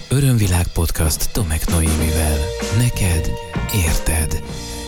Örömvilág podcast Tomek Noémivel. Neked érted.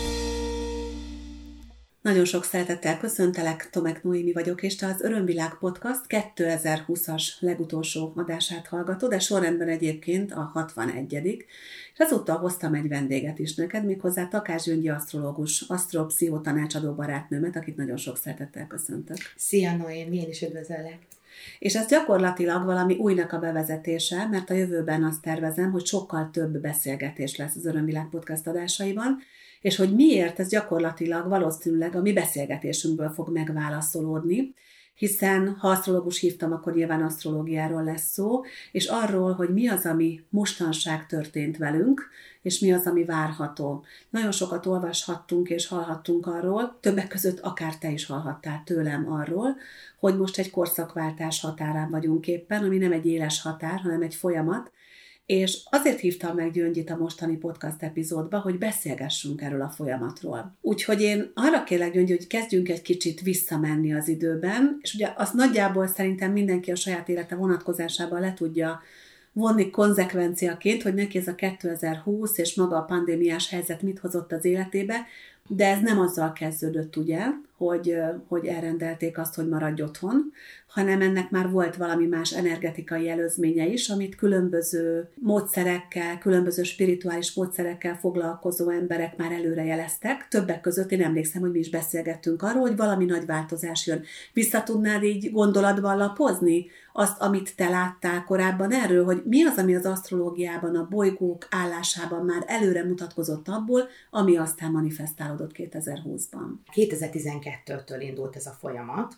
Nagyon sok szeretettel köszöntelek, Tomek Noémi vagyok, és te az Örömvilág podcast 2020-as legutolsó adását hallgatod, de sorrendben egyébként a 61. És ezúttal hoztam egy vendéget is neked, méghozzá Takács Gyöngyi asztrológus, asztropszichotanácsadó barátnőmet, akit nagyon sok szeretettel köszöntök. Szia Noémi, én is üdvözöllek! És ez gyakorlatilag valami újnak a bevezetése, mert a jövőben azt tervezem, hogy sokkal több beszélgetés lesz az Örömvilág podcast adásaiban, és hogy miért, ez gyakorlatilag valószínűleg a mi beszélgetésünkből fog megválaszolódni, hiszen ha asztrológus hívtam, akkor nyilván asztrológiáról lesz szó, és arról, hogy mi az, ami mostanság történt velünk, és mi az, ami várható. Nagyon sokat olvashattunk és hallhattunk arról, többek között akár te is hallhattál tőlem arról, hogy most egy korszakváltás határán vagyunk éppen, ami nem egy éles határ, hanem egy folyamat, és azért hívtam meg Gyöngyit a mostani podcast epizódba, hogy beszélgessünk erről a folyamatról. Úgyhogy én arra kérlek, Gyöngyi, hogy kezdjünk egy kicsit visszamenni az időben, és ugye azt nagyjából szerintem mindenki a saját élete vonatkozásában le tudja vonni konzekvenciaként, hogy neki ez a 2020 és maga a pandémiás helyzet mit hozott az életébe, de ez nem azzal kezdődött, ugye, hogy elrendelték azt, hogy maradj otthon, hanem ennek már volt valami más energetikai előzménye is, amit különböző módszerekkel, különböző spirituális módszerekkel foglalkozó emberek már előrejeleztek. Többek között én emlékszem, hogy mi is beszélgettünk arról, hogy valami nagy változás jön. Vissza tudnád így gondolatban lapozni azt, amit te láttál korábban erről, hogy mi az, ami az asztrológiában, a bolygók állásában már előre mutatkozott abból, ami aztán manifestálódott 2020-ban. 2012-től indult ez a folyamat,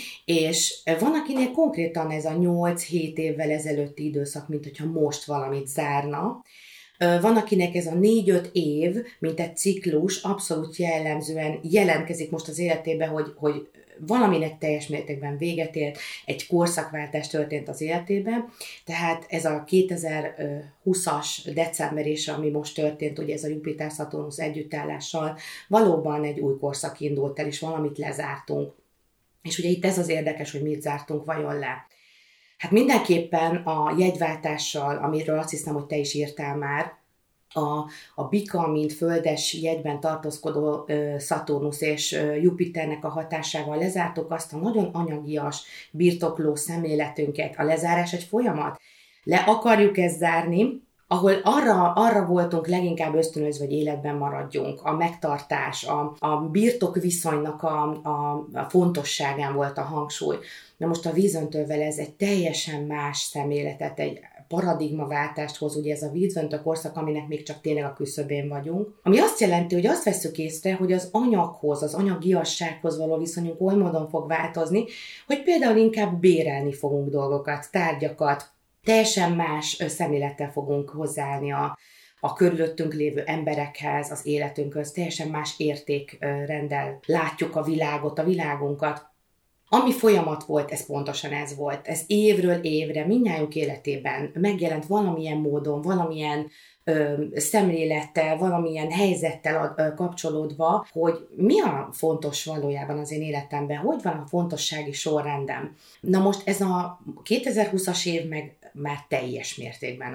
és van, akinél konkrétan ez a 8-7 évvel ezelőtti időszak, mint hogyha most valamit zárna. Van, akinek ez a 4-5 év, mint egy ciklus, abszolút jellemzően jelentkezik most az életében, hogy valaminek teljes mértékben véget ért, egy korszakváltás történt az életében, tehát ez a 2020-as december és ami most történt, ugye ez a Jupiter-Szaturnusz együttállással, valóban egy új korszak indult el, és valamit lezártunk. És ugye itt ez az érdekes, hogy mit zártunk vajon le. Hát mindenképpen a jegyváltással, amiről azt hiszem, hogy te is írtál már, a Bika, mint földes jegyben tartózkodó Szaturnusz és Jupiternek a hatásával lezártuk azt a nagyon anyagias, birtokló szemléletünket. A lezárás egy folyamat. Le akarjuk ezt zárni, ahol arra voltunk leginkább ösztönözve, hogy életben maradjunk, a megtartás, a birtokviszonynak a fontosságán volt a hangsúly. Na most a vízöntővel ez egy teljesen más szemléletet, egy paradigmaváltást hoz, ugye ez a vízöntő korszak, aminek még csak tényleg a küszöbén vagyunk. Ami azt jelenti, hogy azt vesszük észre, hogy az anyaghoz, az anyagiassághoz való viszonyunk oly módon fog változni, hogy például inkább bérelni fogunk dolgokat, tárgyakat, teljesen más szemlélettel fogunk hozzáállni a körülöttünk lévő emberekhez, az életünkhöz, teljesen más értékrenddel látjuk a világot, a világunkat. Ami folyamat volt, ez pontosan ez volt. Ez évről évre mindnyájunk életében megjelent valamilyen módon, valamilyen szemlélettel, valamilyen helyzettel kapcsolódva, hogy mi a fontos valójában az én életemben, hogy van a fontossági sorrendem. Na most ez a 2020-as év meg már teljes mértékben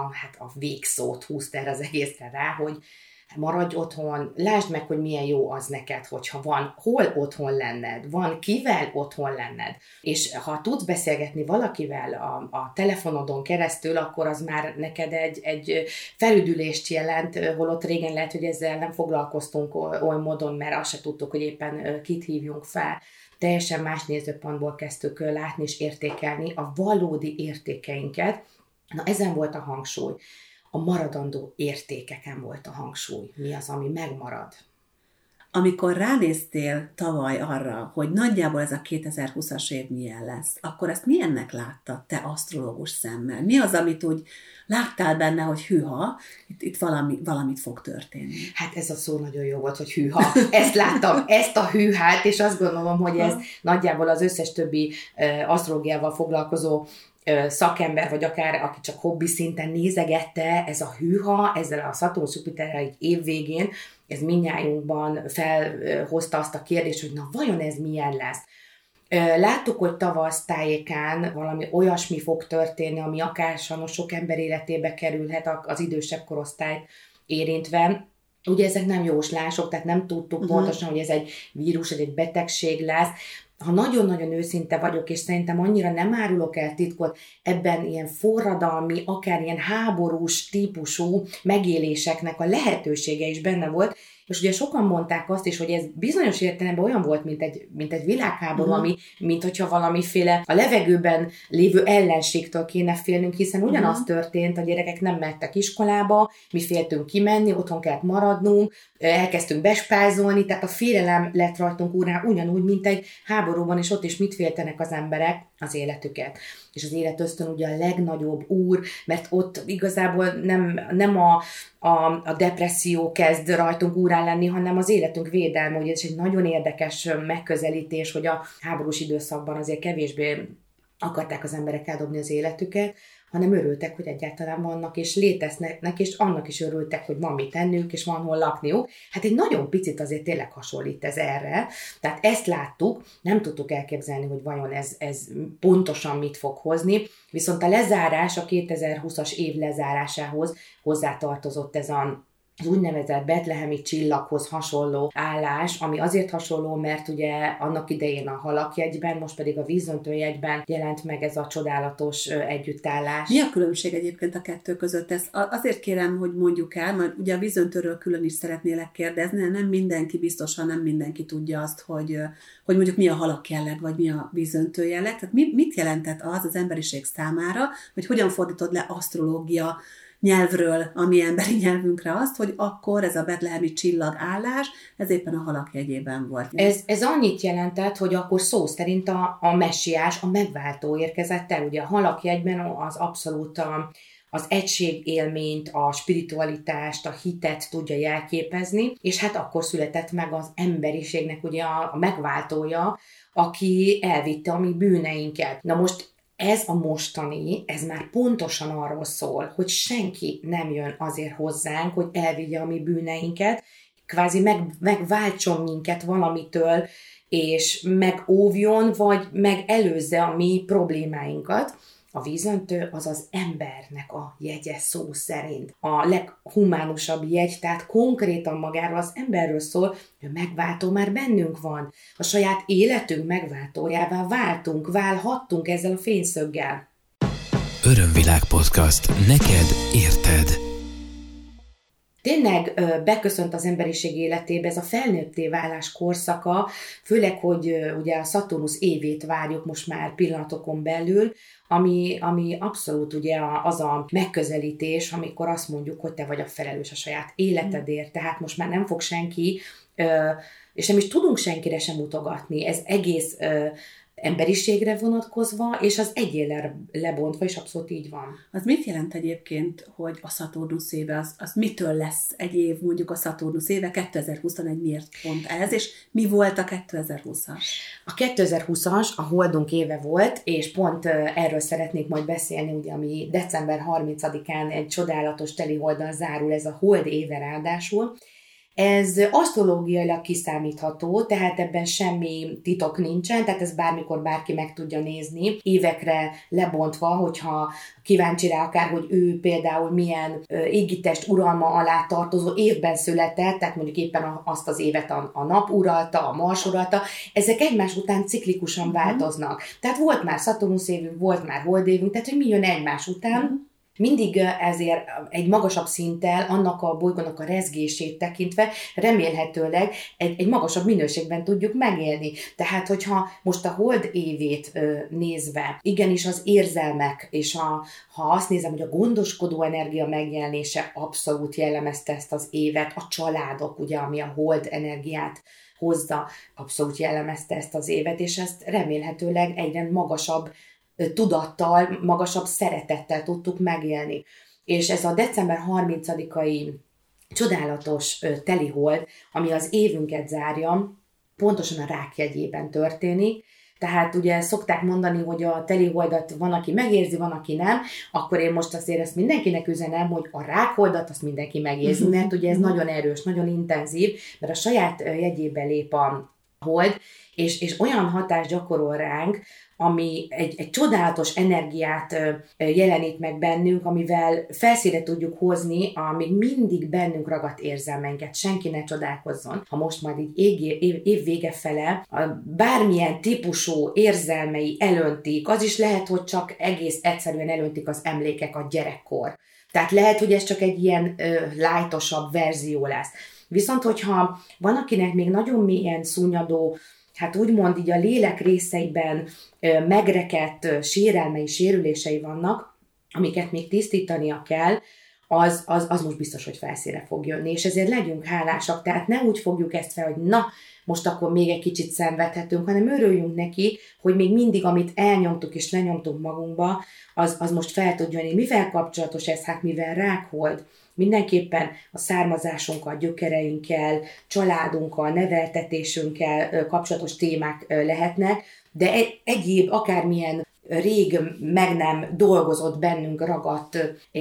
a végszót húzta erre az egészre rá, hogy maradj otthon, lásd meg, hogy milyen jó az neked, hogyha van hol otthon lenned, van kivel otthon lenned, és ha tudsz beszélgetni valakivel a telefonodon keresztül, akkor az már neked egy felüdülést jelent, holott régen lehet, hogy ezzel nem foglalkoztunk oly módon, mert azt se tudtuk, hogy éppen kit hívjunk fel. Teljesen más nézőpontból kezdtük látni és értékelni a valódi értékeinket. Na, ezen volt a hangsúly. A maradandó értékeken volt a hangsúly. Mi az, ami megmarad? Amikor ránéztél tavaly arra, hogy nagyjából ez a 2020-as év milyen lesz, akkor ezt milyennek láttad te asztrológus szemmel? Mi az, amit úgy láttál benne, hogy hűha, itt valamit fog történni? Hát ez a szó nagyon jó volt, hogy hűha. Ezt láttam, ezt a hűhát, és azt gondolom, hogy ez nagyjából az összes többi asztrológiával foglalkozó szakember, vagy akár aki csak hobbi szinten nézegette, ez a hűha, ezzel a Szaturnusz-Jupiterrel egy év végén, ez mindnyájunkban felhozta azt a kérdést, hogy na vajon ez milyen lesz. Láttuk, hogy tavasz tájékán valami olyasmi fog történni, ami akár sajnos sok ember életébe kerülhet az idősebb korosztályt érintve. Ugye ezek nem jóslások, tehát nem tudtuk pontosan, hogy ez egy vírus, vagy egy betegség lesz. Ha nagyon-nagyon őszinte vagyok, és szerintem annyira nem árulok el titkot, ebben ilyen forradalmi, akár ilyen háborús típusú megéléseknek a lehetősége is benne volt, és ugye sokan mondták azt is, hogy ez bizonyos értelemben olyan volt, mint egy világháború, ami, mint hogyha valamiféle a levegőben lévő ellenségtől kéne félnünk, hiszen ugyanaz történt, a gyerekek nem mentek iskolába, mi féltünk kimenni, otthon kellett maradnunk, elkezdtünk bespázolni, tehát a félelem lett rajtunk ugyanúgy, mint egy háborúban, és ott is mit féltenek az emberek? Az életüket. És az életösztön ugye a legnagyobb úr, mert ott igazából nem a depresszió kezd rajtunk úrá lenni, hanem az életünk védelme. Ugye ez egy nagyon érdekes megközelítés, hogy a háborús időszakban azért kevésbé akarták az emberek eldobni az életüket, hanem örültek, hogy egyáltalán vannak és léteznek, és annak is örültek, hogy van mit tennünk, és van hol lakniuk. Hát egy nagyon picit azért tényleg hasonlít ez erre. Tehát ezt láttuk, nem tudtuk elképzelni, hogy vajon ez pontosan mit fog hozni, viszont a lezárás, a 2020-as év lezárásához hozzátartozott ez az úgynevezett betlehemi csillaghoz hasonló állás, ami azért hasonló, mert ugye annak idején a halakjegyben, most pedig a vízöntőjegyben jelent meg ez a csodálatos együttállás. Mi a különbség egyébként a kettő között? Ezt azért kérem, hogy mondjuk el, mert ugye a vízöntőről külön is szeretnélek kérdezni, nem mindenki, biztosan nem mindenki tudja azt, hogy mondjuk mi a halakjelleg, vagy mi a vízöntőjelleg. Tehát mit jelentett az emberiség számára, hogy hogyan fordítod le asztrológia nyelvről, a mi emberi nyelvünkre azt, hogy akkor ez a betlehemi csillagállás, ez éppen a halak jegyében volt. Ez annyit jelentett, hogy akkor szó szerint a messiás, a megváltó érkezett el. Ugye a halak jegyben az abszolút az egységélményt, a spiritualitást, a hitet tudja jelképezni, és hát akkor született meg az emberiségnek ugye a megváltója, aki elvitte a mi bűneinket. Na most ez a mostani, ez már pontosan arról szól, hogy senki nem jön azért hozzánk, hogy elvigye a mi bűneinket, kvázi megváltson minket valamitől, és megóvjon, vagy megelőzze a mi problémáinkat. A vízöntő az az embernek a jegye szó szerint. A leghumánusabb jegy, tehát konkrétan magáról az emberről szól, hogy a megváltó már bennünk van. A saját életünk megváltójává válhattunk ezzel a fényszöggel. Örömvilág podcast. Neked érted. Tényleg beköszönt az emberiség életébe ez a felnőtté válás korszaka, főleg, hogy ugye a Szaturnusz évét várjuk most már pillanatokon belül, ami abszolút ugye az a megközelítés, amikor azt mondjuk, hogy te vagy a felelős a saját életedért, tehát most már nem fog senki, és nem is tudunk senkire sem mutogatni, ez egész emberiségre vonatkozva, és az egyénre lebontva, és abszolút így van. Az mit jelent egyébként, hogy a Szaturnusz éve, az mitől lesz egy év, mondjuk a Szaturnusz éve, 2021 miért pont ez, és mi volt a 2020-as? A 2020-as a Holdunk éve volt, és pont erről szeretnék majd beszélni, ugye, ami december 30-án egy csodálatos teliholddal zárul, ez a Hold éve ráadásul. Ez asztrológiailag kiszámítható, tehát ebben semmi titok nincsen, tehát ez bármikor bárki meg tudja nézni, évekre lebontva, hogyha kíváncsi rá akár, hogy ő például milyen égitest uralma alá tartozó évben született, tehát mondjuk éppen azt az évet a nap uralta, a Mars uralta, ezek egymás után ciklikusan változnak. Tehát volt már Szaturnusz évünk, volt már Hold évünk, tehát hogy mi jön egymás után, mindig ezért egy magasabb szinttel, annak a bolygónak a rezgését tekintve remélhetőleg egy magasabb minőségben tudjuk megélni. Tehát, hogyha most a Hold évét nézve, igenis az érzelmek, és ha azt nézem, hogy a gondoskodó energia megjelenése abszolút jellemezte ezt az évet, a családok, ugye, ami a Hold energiát hozza, abszolút jellemezte ezt az évet, és ezt remélhetőleg egyre magasabb tudattal, magasabb szeretettel tudtuk megélni. És ez a december 30-ai csodálatos telihold, ami az évünket zárja, pontosan a Rák jegyében történik. Tehát ugye szokták mondani, hogy a teliholdat van, aki megérzi, van, aki nem, akkor én most azért ezt mindenkinek üzenem, hogy a Rákholdat azt mindenki megérzi, mert ugye ez nagyon erős, nagyon intenzív, mert a saját jegyébe lép hold, és olyan hatást gyakorol ránk, ami egy csodálatos energiát jelenít meg bennünk, amivel felszínre tudjuk hozni a még mindig bennünk ragadt érzelmeinket. Senki ne csodálkozzon, ha most majd így év vége fele bármilyen típusú érzelmei elöntik, az is lehet, hogy csak egész egyszerűen elöntik az emlékek a gyerekkor. Tehát lehet, hogy ez csak egy ilyen lightosabb verzió lesz. Viszont, hogyha van, akinek még nagyon mélyen szúnyadó, hát úgymond így a lélek részeiben megrekedt sérelmei, sérülései vannak, amiket még tisztítania kell, az most biztos, hogy felszínre fog jönni. És ezért legyünk hálásak, tehát ne úgy fogjuk ezt fel, hogy na, most akkor még egy kicsit szenvedhetünk, hanem örüljünk neki, hogy még mindig, amit elnyomtuk és lenyomtuk magunkba, az most fel tud jönni. Mivel kapcsolatos ez? Hát mivel rákhold, mindenképpen a származásunkkal, gyökereinkkel, családunkkal, neveltetésünkkel kapcsolatos témák lehetnek, de egyéb akármilyen rég meg nem dolgozott bennünk ragadt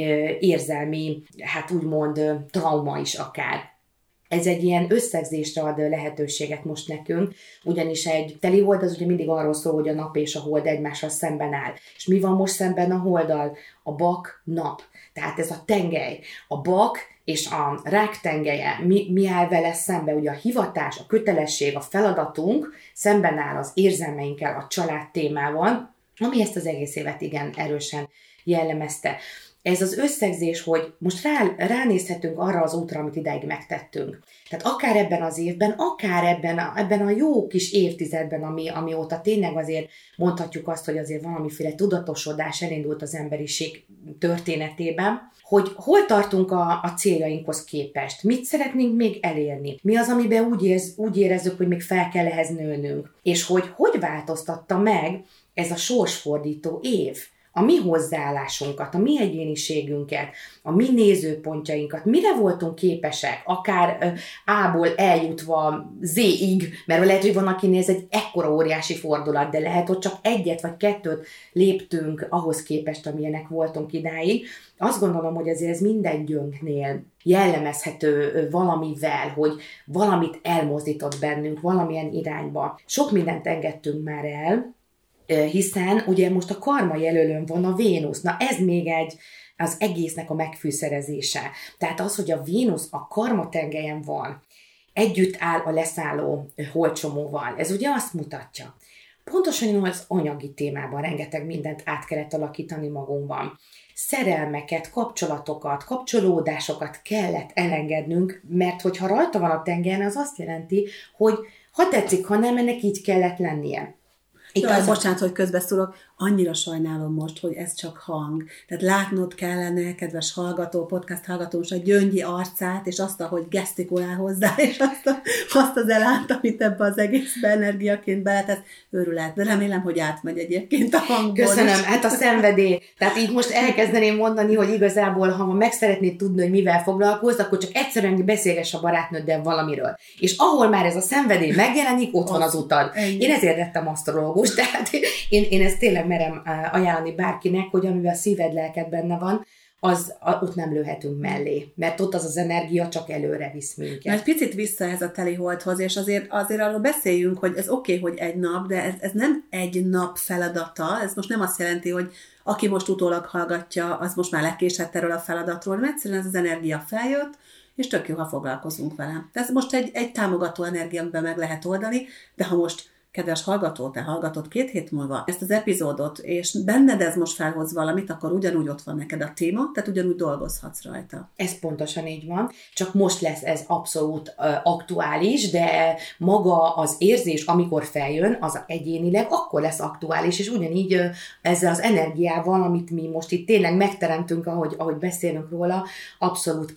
érzelmi, hát úgymond trauma is akár. Ez egy ilyen összegzésre ad lehetőséget most nekünk, ugyanis egy telihold az ugye mindig arról szól, hogy a nap és a hold egymással szemben áll. És mi van most szemben a holddal? A bak nap. Tehát ez a tengely. A bak és a rák tengelye, mi áll vele szembe? Ugye a hivatás, a kötelesség, a feladatunk szemben áll az érzelmeinkkel, a család témával, ami ezt az egész évet igen erősen jellemezte. Ez az összegzés, hogy most ránézhetünk arra az útra, amit idáig megtettünk. Tehát akár ebben az évben, akár ebben a jó kis évtizedben, amióta tényleg azért mondhatjuk azt, hogy azért valamiféle tudatosodás elindult az emberiség történetében, hogy hol tartunk a céljainkhoz képest, mit szeretnénk még elérni, mi az, amiben úgy érezzük, hogy még fel kell ehhez nőnünk, és hogy változtatta meg ez a sorsfordító év a mi hozzáállásunkat, a mi egyéniségünket, a mi nézőpontjainkat, mire voltunk képesek, akár A-ból eljutva Z-ig, mert lehet, hogy van, akinél ez egy ekkora óriási fordulat, de lehet, hogy csak egyet vagy kettőt léptünk ahhoz képest, amilyenek voltunk idáig. Azt gondolom, hogy azért ez mindegyünknél jellemezhető valamivel, hogy valamit elmozdított bennünk, valamilyen irányba. Sok mindent engedtünk már el, hiszen ugye most a karma jelölőn van a Vénusz. Na ez még az egésznek a megfűszerezése. Tehát az, hogy a Vénusz a karma tengelyen van, együtt áll a leszálló holdcsomóval. Ez ugye azt mutatja. Pontosan az anyagi témában rengeteg mindent át kellett alakítani magunkban. Szerelmeket, kapcsolatokat, kapcsolódásokat kellett elengednünk, mert hogyha rajta van a tengelyen, az azt jelenti, hogy ha tetszik, ha nem, ennek így kellett lennie. Bocsánat, hogy közbeszólok, annyira sajnálom most, hogy ez csak hang. Tehát látnod kellene, kedves hallgató, podcast hallgató, most a Gyöngyi arcát, és azt, ahogy gesztikulál hozzá, és azt az elánt, amit ebbe az egészbe energiaként beletesz, őrület. De remélem, hogy átmegy egyébként a hangból. Köszönöm, hát a szenvedély. Tehát így most elkezdeném mondani, hogy igazából, ha meg szeretnéd tudni, hogy mivel foglalkozz, akkor csak egyszerűen beszélgess a barátnőddel valamiről. És ahol már ez a szenvedély megjelenik, ott van az utad. Én ezért lettem asztrológus, tehát én ezt tényleg merem ajánlani bárkinek, hogy amivel a szíved, lelked benne van, ott nem lőhetünk mellé, mert ott az energia csak előre visz minket. Mert picit vissza ez a teliholdhoz, és azért arról beszéljünk, hogy ez oké, hogy egy nap, de ez nem egy nap feladata, ez most nem azt jelenti, hogy aki most utólag hallgatja, az most már lekésett erről a feladatról, mert egyszerűen ez az energia feljött, és tök jó, ha foglalkozunk vele. Ez most egy támogató energia, amiben meg lehet oldani, de ha most kedves hallgató, te hallgatod 2 hét múlva ezt az epizódot, és benned ez most felhoz valamit, akkor ugyanúgy ott van neked a téma, tehát ugyanúgy dolgozhatsz rajta. Ez pontosan így van, csak most lesz ez abszolút aktuális, de maga az érzés, amikor feljön, az egyénileg akkor lesz aktuális, és ugyanígy ezzel az energiával, amit mi most itt tényleg megteremtünk, ahogy beszélünk róla, abszolút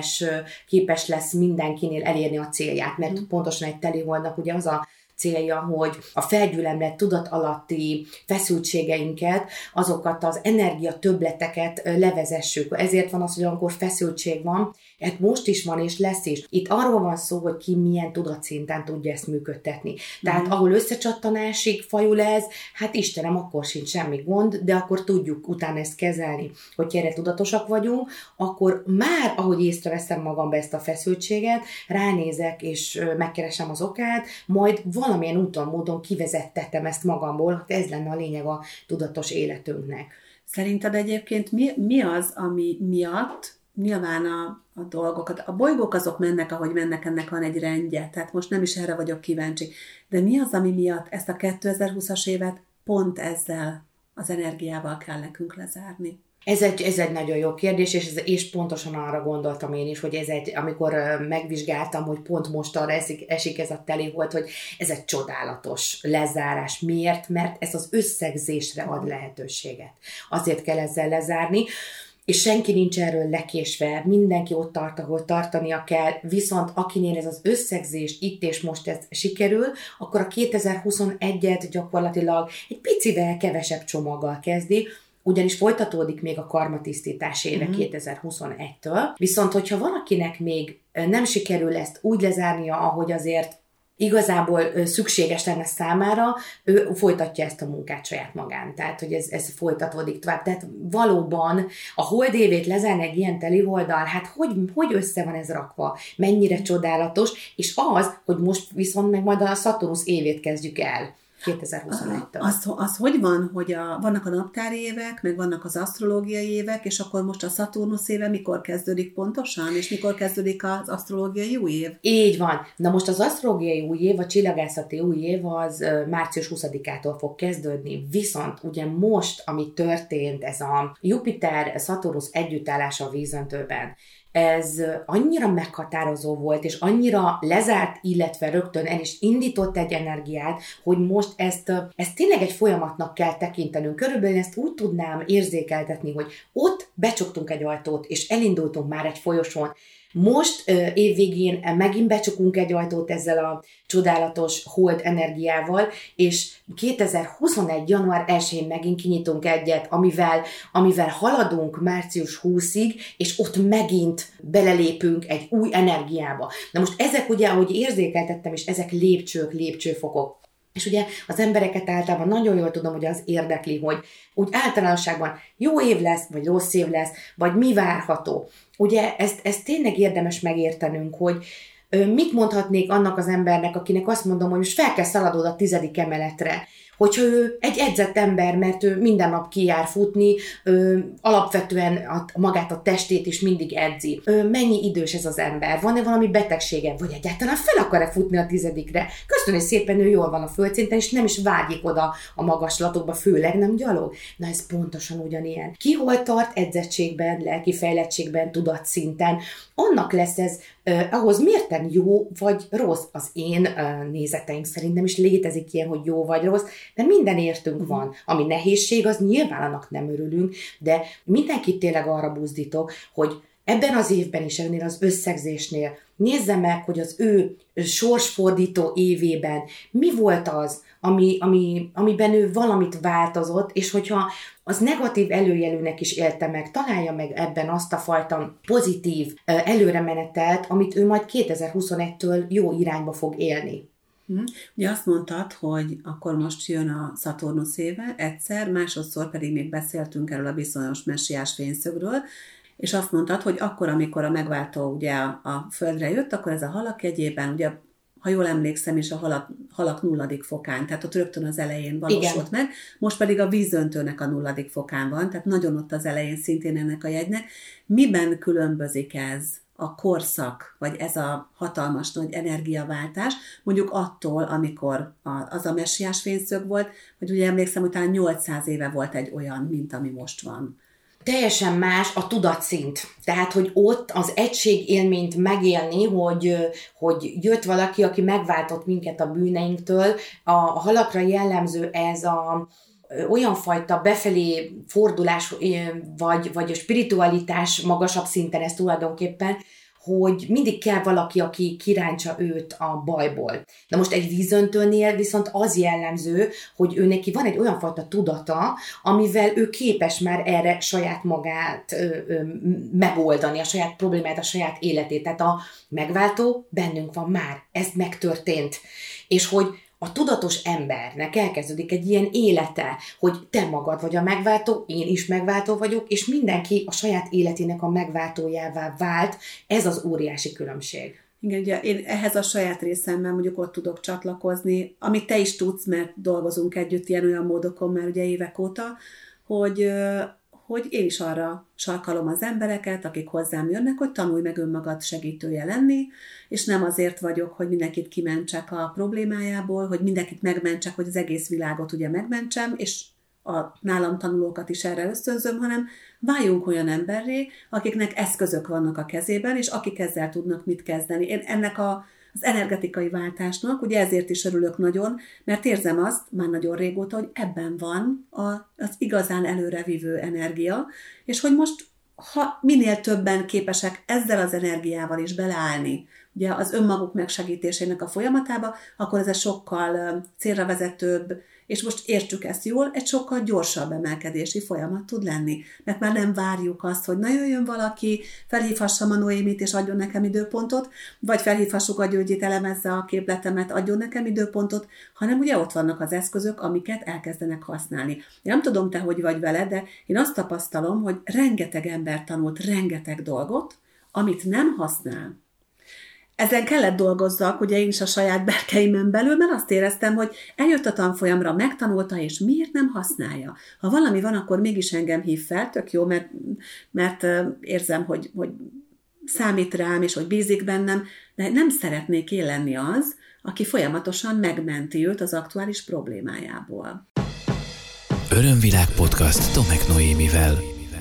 képes lesz mindenkinél elérni a célját, mert pontosan egy teliholdnak ugye az a célja, hogy a felgyülemlett tudat alatti feszültségeinket, azokat az energia többleteket levezessük. Ezért van az, hogy amikor feszültség van, hát most is van és lesz is. Itt arról van szó, hogy ki milyen tudatszinten tudja ezt működtetni. Tehát ahol összecsattanásig fajul ez, hát Istenem, akkor sincs semmi gond, de akkor tudjuk utána ezt kezelni. Hogy erre tudatosak vagyunk, akkor már, ahogy észreveszem magamba ezt a feszültséget, ránézek és megkeresem az okát, majd valamilyen úton, módon kivezettetem ezt magamból, ez lenne a lényeg a tudatos életünknek. Szerinted egyébként mi az, ami miatt nyilván a dolgokat, a bolygók azok mennek, ahogy mennek, ennek van egy rendje, tehát most nem is erre vagyok kíváncsi, de mi az, ami miatt ezt a 2020-as évet pont ezzel az energiával kell nekünk lezárni? Ez egy nagyon jó kérdés, és pontosan arra gondoltam én is, hogy amikor megvizsgáltam, hogy pont most arra esik ez a telihold, hogy ez egy csodálatos lezárás. Miért? Mert ez az összegzésre ad lehetőséget. Azért kell ezzel lezárni, és senki nincs erről lekésve, mindenki ott tart, ahol tartania kell, viszont akinél ez az összegzés itt és most ez sikerül, akkor a 2021-et gyakorlatilag egy picivel kevesebb csomaggal kezdi, ugyanis folytatódik még a karmatisztítás éve 2021-től, viszont hogyha valakinek még nem sikerül ezt úgy lezárnia, ahogy azért igazából szükséges lenne számára, ő folytatja ezt a munkát saját magán. Tehát, hogy ez folytatódik tovább. Tehát valóban a hold évét lezárni egy ilyen teliholddal, hát hogy össze van ez rakva, mennyire csodálatos, és az, hogy most viszont meg majd a Szaturnusz évét kezdjük el. 2021-től. Az hogy van, hogy vannak a naptári évek, meg vannak az asztrológiai évek, és akkor most a Szaturnusz éve mikor kezdődik pontosan, és mikor kezdődik az asztrológiai új év? Így van. Na most az asztrológiai új év, a csillagászati új év az március 20-ától fog kezdődni, viszont ugye most, ami történt, ez a Jupiter-Szaturnusz együttállása a vízöntőben, ez annyira meghatározó volt, és annyira lezárt, illetve rögtön el is indított egy energiát, hogy most ezt tényleg egy folyamatnak kell tekintenünk. Körülbelül ezt úgy tudnám érzékeltetni, hogy ott becsuktunk egy ajtót, és elindultunk már egy folyosón. Most évvégén megint becsukunk egy ajtót ezzel a csodálatos hold energiával, és 2021. január 1-én megint kinyitunk egyet, amivel haladunk március 20-ig, és ott megint belelépünk egy új energiába. Na most ezek ugye, ahogy érzékeltettem, és ezek lépcsőfokok. És ugye az embereket általában nagyon jól tudom, hogy az érdekli, hogy úgy általánosságban jó év lesz, vagy rossz év lesz, vagy mi várható. Ugye ezt tényleg érdemes megértenünk, hogy mit mondhatnék annak az embernek, akinek azt mondom, hogy most fel kell szaladod a 10. emeletre, hogyha ő egy edzett ember, mert ő minden nap kijár futni, alapvetően magát a testét is mindig edzi. Mennyi idős ez az ember? Van-e valami betegsége? Vagy egyáltalán fel akar-e futni a 10. Köszönöm szépen, ő jól van a földszinten, és nem is vágyik oda a magaslatokba, főleg nem gyalog. Na ez pontosan ugyanilyen. Ki hol tart edzettségben, lelki fejlettségben, tudatszinten, annak lesz ez ahhoz mérten jó vagy rossz. Az én nézeteim szerint nem is létezik ilyen, hogy jó vagy rossz, de minden értünk van. Ami nehézség, az nyilván annak nem örülünk, de mindenkit tényleg arra buzdítok, hogy ebben az évben is, ennél az összegzésnél nézze meg, hogy az ő sorsfordító évében mi volt az, amiben ő valamit változott, és hogyha az negatív előjelűnek is élte meg, találja meg ebben azt a fajta pozitív előremenetelt, amit ő majd 2021-től jó irányba fog élni. Ugye azt mondtad, hogy akkor most jön a Szaturnusz éve egyszer, másodszor pedig még beszéltünk erről a bizonyos messiás fényszögről, és azt mondtad, hogy akkor, amikor a megváltó ugye a Földre jött, akkor ez a halak jegyében, ugye, ha jól emlékszem, és a halak 0. fokán, tehát ott rögtön az elején valósult meg, most pedig a vízöntőnek a 0. fokán van, tehát nagyon ott az elején szintén ennek a jegynek. Miben különbözik ez a korszak, vagy ez a hatalmas nagy energiaváltás, mondjuk attól, amikor az a messiás fényszög volt, vagy ugye emlékszem, hogy talán 800 éve volt egy olyan, mint ami most van. Teljesen más a tudatszint. Tehát, hogy ott az egységélményt megélni, hogy jött valaki, aki megváltott minket a bűneinktől. A halakra jellemző ez olyan fajta befelé fordulás, vagy a spiritualitás magasabb szinten ez tulajdonképpen, hogy mindig kell valaki, aki kirántsa őt a bajból. Na most egy vízöntőnél viszont az jellemző, hogy ő neki van egy olyan fajta tudata, amivel ő képes már erre saját magát megoldani, a saját problémát, a saját életét. Tehát a megváltó bennünk van már, ez megtörtént. És hogy a tudatos embernek elkezdődik egy ilyen élete, hogy te magad vagy a megváltó, én is megváltó vagyok, és mindenki a saját életének a megváltójává vált. Ez az óriási különbség. Igen, ugye én ehhez a saját részemben mondjuk ott tudok csatlakozni, amit te is tudsz, mert dolgozunk együtt ilyen-olyan módokon már ugye évek óta, hogy én is arra sarkalom az embereket, akik hozzám jönnek, hogy tanulj meg önmagad segítője lenni, és nem azért vagyok, hogy mindenkit kimentsek a problémájából, hogy mindenkit megmentsek, hogy az egész világot ugye megmentsem, és a nálam tanulókat is erre ösztönzöm, hanem váljunk olyan emberré, akiknek eszközök vannak a kezében, és akik ezzel tudnak mit kezdeni. Én ennek az energetikai váltásnak, ugye ezért is örülök nagyon, mert érzem azt már nagyon régóta, hogy ebben van az igazán előrevívő energia, és hogy most, ha minél többen képesek ezzel az energiával is beleállni, ugye az önmaguk megsegítésének a folyamatába, akkor ez sokkal célra vezetőbb, és most értsük ezt jól, egy sokkal gyorsabb emelkedési folyamat tud lenni. Mert már nem várjuk azt, hogy na jöjjön valaki, felhívhassam a Noémit, és adjon nekem időpontot, vagy felhívhassuk a Györgyit, elemezze a képletemet, adjon nekem időpontot, hanem ugye ott vannak az eszközök, amiket elkezdenek használni. Én nem tudom, te hogy vagy vele, de én azt tapasztalom, hogy rengeteg ember tanult rengeteg dolgot, amit nem használ. Ezen kellett dolgozzak, ugye én is a saját berkeimen belül, mert azt éreztem, hogy eljött a tanfolyamra, megtanulta, és miért nem használja. Ha valami van, akkor mégis engem hív fel, tök jó, mert érzem, hogy számít rám, és hogy bízik bennem, de nem szeretnék én lenni az, aki folyamatosan megmenti őt az aktuális problémájából. Örömvilág podcast Tomek Noémivel.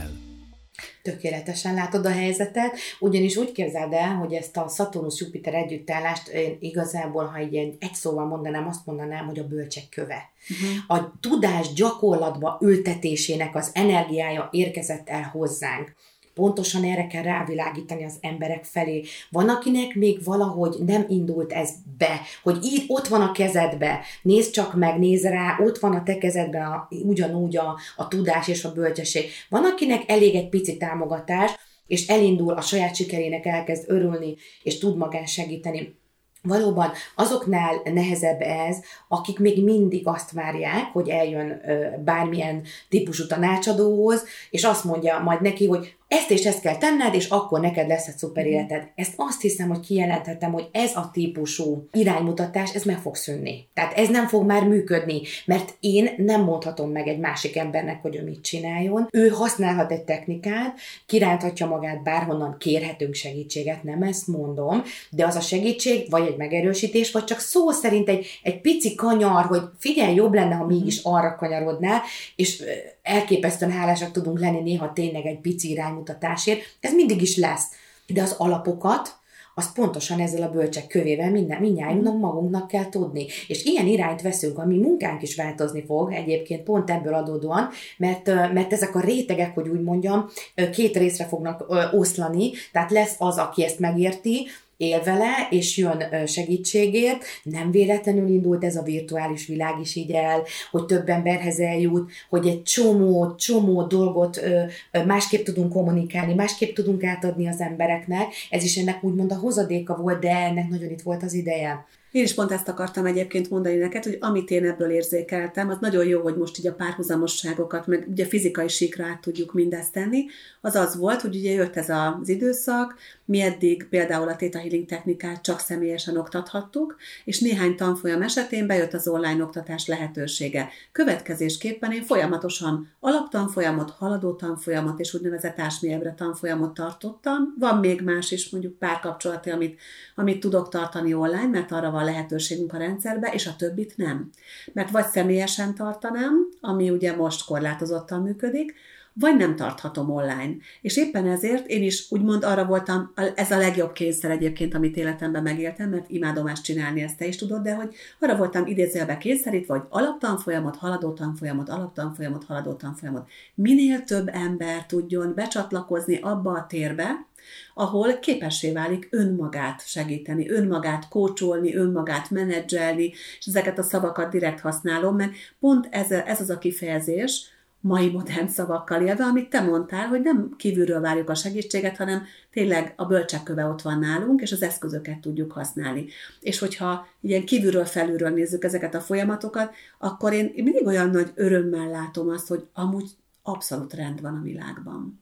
Tökéletesen látod a helyzetet, ugyanis úgy képzeld el, hogy ezt a Szaturnusz-Jupiter együttállást én igazából, ha egy szóval mondanám, azt mondanám, hogy a bölcsek köve. A tudás gyakorlatba ültetésének az energiája érkezett el hozzánk. Pontosan erre kell rávilágítani az emberek felé. Van, akinek még valahogy nem indult ez be, hogy így ott van a kezedbe, nézd csak meg, nézd rá, ott van a te kezedben ugyanúgy a tudás és a bölcsesség. Van, akinek elég egy pici támogatás, és elindul, a saját sikerének elkezd örülni, és tud magán segíteni. Valóban azoknál nehezebb ez, akik még mindig azt várják, hogy eljön bármilyen típusú tanácsadóhoz, és azt mondja majd neki, hogy ezt és ezt kell tenned, és akkor neked lesz egy szuper életed. Ezt azt hiszem, hogy kijelenthetem, hogy ez a típusú iránymutatás, ez meg fog szűnni. Tehát ez nem fog már működni, mert én nem mondhatom meg egy másik embernek, hogy ő mit csináljon. Ő használhat egy technikát, kiránthatja magát bárhonnan, kérhetünk segítséget, nem ezt mondom, de az a segítség, vagy egy megerősítés, vagy csak szó szerint egy pici kanyar, hogy figyelj, jobb lenne, ha mégis arra kanyarodnál, és elképesztően hálásak tudunk lenni néha tényleg egy pici iránymutatásért. Ez mindig is lesz. De az alapokat, azt pontosan ezzel a bölcsek kövével mindnyájunknak magunknak kell tudni. És ilyen irányt veszünk, a mi munkánk is változni fog egyébként pont ebből adódóan, mert ezek a rétegek, hogy úgy mondjam, két részre fognak oszlani, tehát lesz az, aki ezt megérti, él vele, és jön segítségért. Nem véletlenül indult ez a virtuális világ is így el, hogy több emberhez eljut, hogy egy csomó dolgot másképp tudunk kommunikálni, másképp tudunk átadni az embereknek. Ez is ennek úgymond a hozadéka volt, de ennek nagyon itt volt az ideje. Én is pont ezt akartam egyébként mondani neked, hogy amit én ebből érzékeltem, az nagyon jó, hogy most így a párhuzamosságokat, meg ugye fizikai síkra át tudjuk mindezt tenni, az volt, hogy ugye jött ez az időszak, mi eddig például a Theta Healing technikát csak személyesen oktathattuk, és néhány tanfolyam esetén bejött az online oktatás lehetősége. Következésképpen én folyamatosan alaptanfolyamot, haladó tanfolyamot és úgynevezett ásmélyebre tanfolyamot tartottam. Van még más is, mondjuk párkapcsolati, amit tudok tartani online, mert arra van lehetőségünk a rendszerbe, és a többit nem. Mert vagy személyesen tartanám, ami ugye most korlátozottan működik, vagy nem tarthatom online. És éppen ezért én is úgymond arra voltam, ez a legjobb kényszer egyébként, amit életemben megéltem, mert imádom ezt csinálni, ezt te is tudod, de hogy arra voltam idézőjelbe kényszerítve, hogy alaptanfolyamot, haladó tanfolyamot, alaptanfolyamot, haladó tanfolyamot. Minél több ember tudjon becsatlakozni abba a térbe, ahol képessé válik önmagát segíteni, önmagát kócsolni, önmagát menedzselni, és ezeket a szavakat direkt használom, mert pont ez az a kifejezés, mai modern szavakkal élve, amit te mondtál, hogy nem kívülről várjuk a segítséget, hanem tényleg a bölcsekköve ott van nálunk, és az eszközöket tudjuk használni. És hogyha ilyen kívülről felülről nézzük ezeket a folyamatokat, akkor én mindig olyan nagy örömmel látom azt, hogy amúgy abszolút rend van a világban.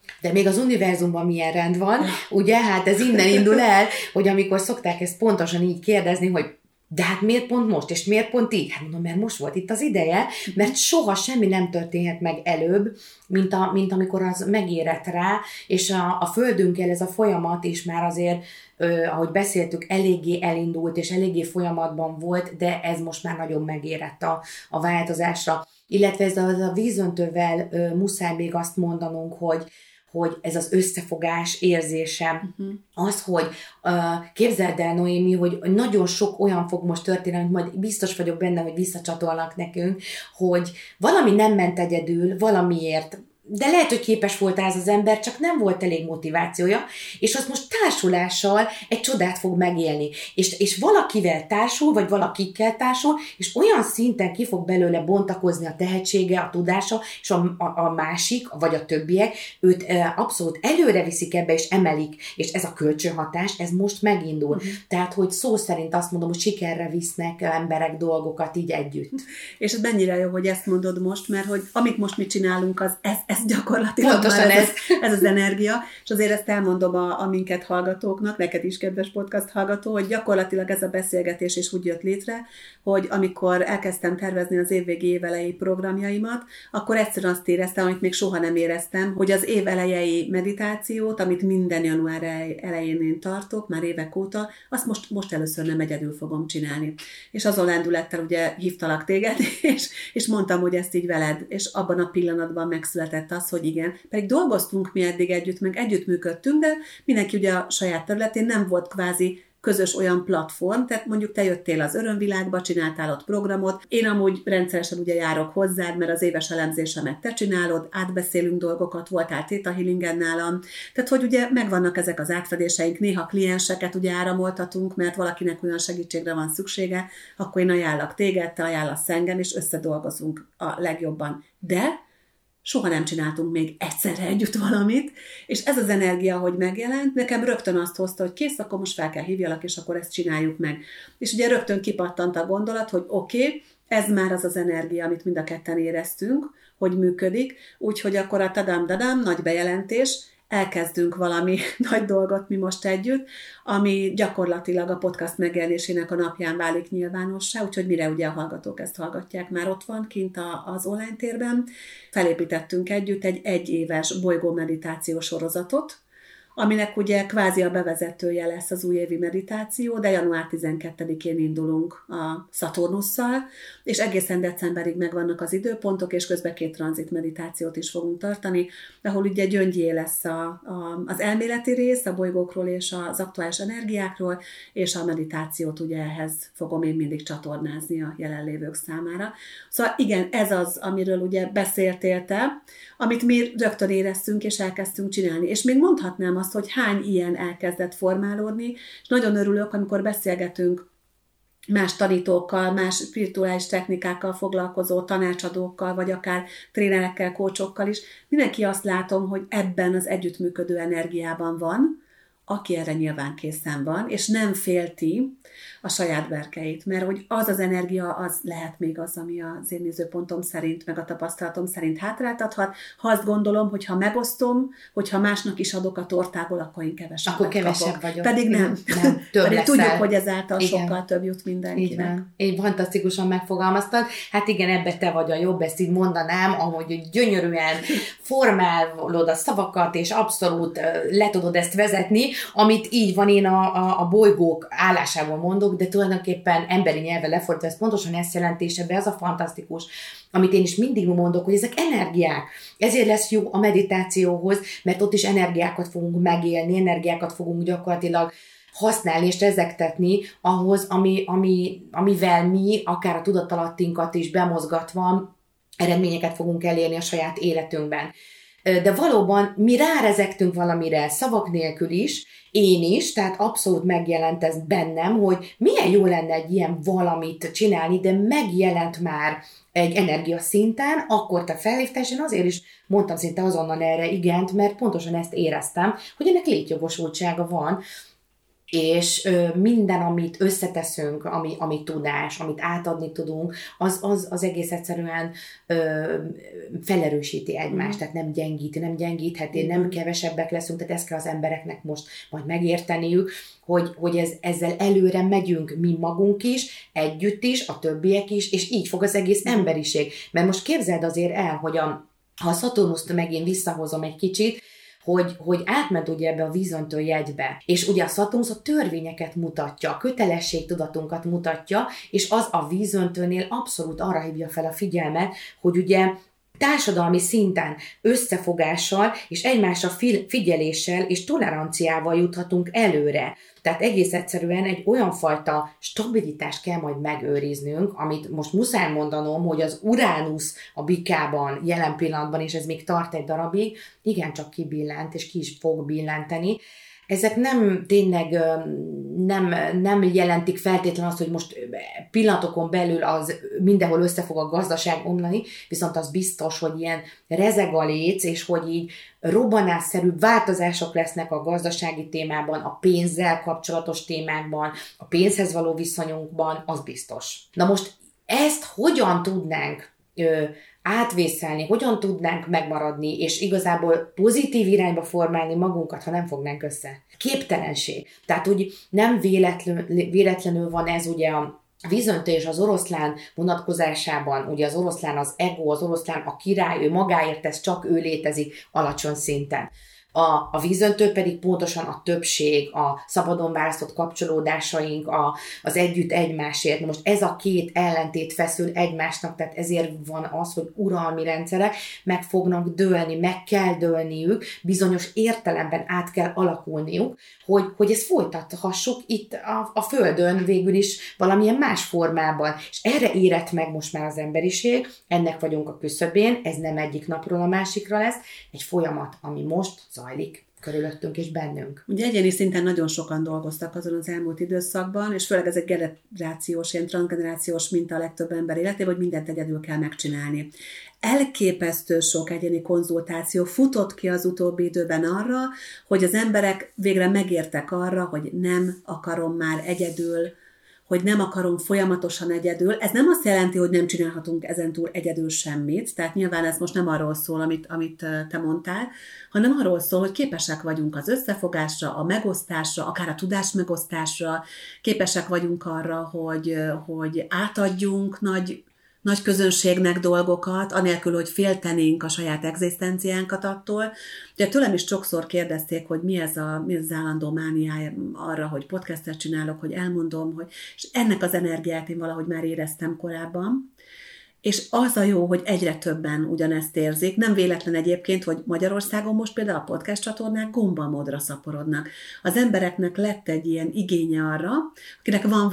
De még az univerzumban milyen rend van, ugye? Hát ez innen indul el, hogy amikor szokták ezt pontosan így kérdezni, hogy de hát miért pont most, és miért pont így? Hát mondom, mert most volt itt az ideje, mert soha semmi nem történhet meg előbb, mint amikor az megérett rá, és a Földünkkel ez a folyamat is már azért, ahogy beszéltük, eléggé elindult, és eléggé folyamatban volt, de ez most már nagyon megérett a változásra. Illetve ez a vízöntővel muszáj még azt mondanunk, hogy ez az összefogás érzése, az, hogy képzeld el, Noémi, hogy nagyon sok olyan fog most történni, hogy majd biztos vagyok benne, hogy visszacsatolnak nekünk, hogy valami nem ment egyedül, valamiért, de lehet, hogy képes volt ez az ember, csak nem volt elég motivációja, és az most társulással egy csodát fog megélni. És valakivel társul, vagy valakikkel társul, és olyan szinten ki fog belőle bontakozni a tehetsége, a tudása, és a másik, vagy a többiek, őt abszolút előre viszik ebbe, és emelik, és ez a kölcsönhatás, ez most megindul. Tehát, hogy szó szerint azt mondom, hogy sikerre visznek emberek dolgokat így együtt. És ez mennyire jó, hogy ezt mondod most, mert hogy amit most mi csinálunk, ez gyakorlatilag pontosan ez az energia, és azért ezt elmondom a minket hallgatóknak, neked is, kedves podcast hallgató, hogy gyakorlatilag ez a beszélgetés is úgy jött létre, hogy amikor elkezdtem tervezni az évvégi évelejei programjaimat, akkor egyszerűen azt éreztem, amit még soha nem éreztem, hogy az év elejei meditációt, amit minden január elején én tartok, már évek óta, azt most először nem egyedül fogom csinálni. És azon lendülettel ugye hívtalak téged, és mondtam, hogy ezt így veled, és abban a pillanatban megszületett az, hogy igen, pedig dolgoztunk mi eddig együtt, meg együttműködtünk, de mindenki ugye a saját területén, nem volt kvázi közös olyan platform, tehát mondjuk te jöttél az Örömvilágba, csináltál ott programot, én amúgy rendszeresen ugye járok hozzád, mert az éves elemzésemet te csinálod, átbeszélünk dolgokat, voltál Theta Healingen nálam, tehát hogy ugye megvannak ezek az átfedéseink, néha klienseket ugye áramoltatunk, mert valakinek olyan segítségre van szüksége, akkor én ajánlak téged, te ajánlasz engem, és összedolgozunk a legjobban. De soha nem csináltunk még egyszerre együtt valamit, és ez az energia, hogy megjelent, nekem rögtön azt hozta, hogy kész, akkor most fel kell hívjalak, és akkor ezt csináljuk meg. És ugye rögtön kipattant a gondolat, hogy oké, ez már az az energia, amit mind a ketten éreztünk, hogy működik, úgyhogy akkor a tadam-dadam, nagy bejelentés, elkezdünk valami nagy dolgot mi most együtt, ami gyakorlatilag a podcast megjelenésének a napján válik nyilvánossá, úgyhogy mire ugye a hallgatók ezt hallgatják, már ott van kint az online térben. Felépítettünk együtt egy egyéves bolygó meditáció sorozatot, aminek ugye kvázi a bevezetője lesz az újévi meditáció, de január 12-én indulunk a Szaturnusszal, és egészen decemberig megvannak az időpontok, és közben 2 tranzit meditációt is fogunk tartani, ahol ugye gyöngyé lesz az elméleti rész, a bolygókról és az aktuális energiákról, és a meditációt ugye ehhez fogom én mindig csatornázni a jelenlévők számára. Szóval igen, ez az, amiről ugye beszéltél te, amit mi rögtön éreztünk, és elkezdtünk csinálni. És még mondhatnám azt, hogy hány ilyen elkezdett formálódni, és nagyon örülök, amikor beszélgetünk más tanítókkal, más spirituális technikákkal foglalkozó tanácsadókkal, vagy akár trénerekkel, kócsokkal is. Mindenki azt látom, hogy ebben az együttműködő energiában van, aki erre nyilván készen van, és nem félti a saját berkeit, mert hogy az az energia, az lehet még az, ami az én nézőpontom szerint, meg a tapasztalatom szerint hátráltathat. Ha azt gondolom, hogy ha megosztom, hogyha másnak is adok a tortából, akkor én kevesebb vagyok. Pedig nem. Pedig tudjuk, hogy ezáltal sokkal több jut mindenkinek. Így van. Így fantasztikusan megfogalmaztad. Hát igen, ebbe te vagy a jobb, ezt így mondanám, ahogy gyönyörűen formálod a szavakat, és abszolút le tudod ezt vezetni, amit így van, én a bolygók állásából mondok, de tulajdonképpen emberi nyelven lefordítva, ez pontosan ezt jelenti, és ebben az a fantasztikus, amit én is mindig mondok, hogy ezek energiák. Ezért lesz jó a meditációhoz, mert ott is energiákat fogunk megélni, energiákat fogunk gyakorlatilag használni és rezegtetni ahhoz, amivel mi, akár a tudatalattinkat is bemozgatva, eredményeket fogunk elérni a saját életünkben. De valóban mi rárezegtünk valamire szavak nélkül is, én is, tehát abszolút megjelent ez bennem, hogy milyen jó lenne egy ilyen valamit csinálni, de megjelent már egy energiaszinten, akkor te felhívtál, és én azért is mondtam szinte azonnal erre igent, mert pontosan ezt éreztem, hogy ennek létjogosultsága van, és minden, amit összeteszünk, ami tudás, amit átadni tudunk, az egész egyszerűen felerősíti egymást, tehát nem gyengítheti, nem kevesebbek leszünk, tehát ezt kell az embereknek most majd megérteniük, hogy ezzel előre megyünk mi magunk is, együtt is, a többiek is, és így fog az egész emberiség. Mert most képzeld azért el, hogy ha a Szaturnuszt megint visszahozom egy kicsit, hogy átment ugye ebbe a vízöntő jegybe, és ugye a Szaturnusz a törvényeket mutatja, a kötelességtudatunkat mutatja, és az a vízöntőnél abszolút arra hívja fel a figyelmet, hogy ugye társadalmi szinten összefogással és egymásra figyeléssel és toleranciával juthatunk előre. Tehát egész egyszerűen egy olyan fajta stabilitást kell majd megőriznünk, amit most muszáj mondanom, hogy az Uránusz a bikában jelen pillanatban, és ez még tart egy darabig, igencsak kibillent, és ki is fog billenteni. Ezek nem tényleg nem jelentik feltétlenül azt, hogy most pillanatokon belül az mindenhol össze fog a gazdaság omlani, viszont az biztos, hogy ilyen rezeg a léc, és hogy így robbanásszerű változások lesznek a gazdasági témában, a pénzzel kapcsolatos témákban, a pénzhez való viszonyunkban, az biztos. Na most ezt hogyan tudnánk átvészelni, hogyan tudnánk megmaradni, és igazából pozitív irányba formálni magunkat, ha nem fognánk össze? Képtelenség. Tehát úgy nem véletlenül van ez ugye a vízöntő és az oroszlán vonatkozásában, ugye az oroszlán az ego, az oroszlán a király, ő magáért tesz, csak ő létezik alacsony szinten. A vízöntő pedig pontosan a többség, a szabadon választott kapcsolódásaink, az együtt egymásért. Na most ez a két ellentét feszül egymásnak, tehát ezért van az, hogy uralmi rendszerek meg fognak dőlni, meg kell dőlniük, bizonyos értelemben át kell alakulniuk, hogy ezt folytathassuk itt a Földön végül is valamilyen más formában. És erre érett meg most már az emberiség, ennek vagyunk a küszöbén, ez nem egyik napról a másikra lesz, egy folyamat, ami most zajlik körülöttünk és bennünk. Ugye egyéni szinten nagyon sokan dolgoztak azon az elmúlt időszakban, és főleg ez egy generációs, ilyen transgenerációs minta a legtöbb ember életében, hogy mindent egyedül kell megcsinálni. Elképesztő sok egyéni konzultáció futott ki az utóbbi időben arra, hogy az emberek végre megértek arra, hogy nem akarom már egyedül, hogy nem akarom folyamatosan egyedül. Ez nem azt jelenti, hogy nem csinálhatunk ezentúl egyedül semmit, tehát nyilván ez most nem arról szól, amit te mondtál, hanem arról szól, hogy képesek vagyunk az összefogásra, a megosztásra, akár a tudás megosztásra, képesek vagyunk arra, hogy átadjunk nagy közönségnek dolgokat, anélkül, hogy féltenénk a saját egzisztenciánkat attól. Ugye tőlem is sokszor kérdezték, hogy mi ez az állandó mániája arra, hogy podcastet csinálok, hogy elmondom, és ennek az energiát én valahogy már éreztem korábban. És az a jó, hogy egyre többen ugyanezt érzik. Nem véletlen egyébként, hogy Magyarországon most például a podcast csatornák gombamódra szaporodnak. Az embereknek lett egy ilyen igénye arra, akinek van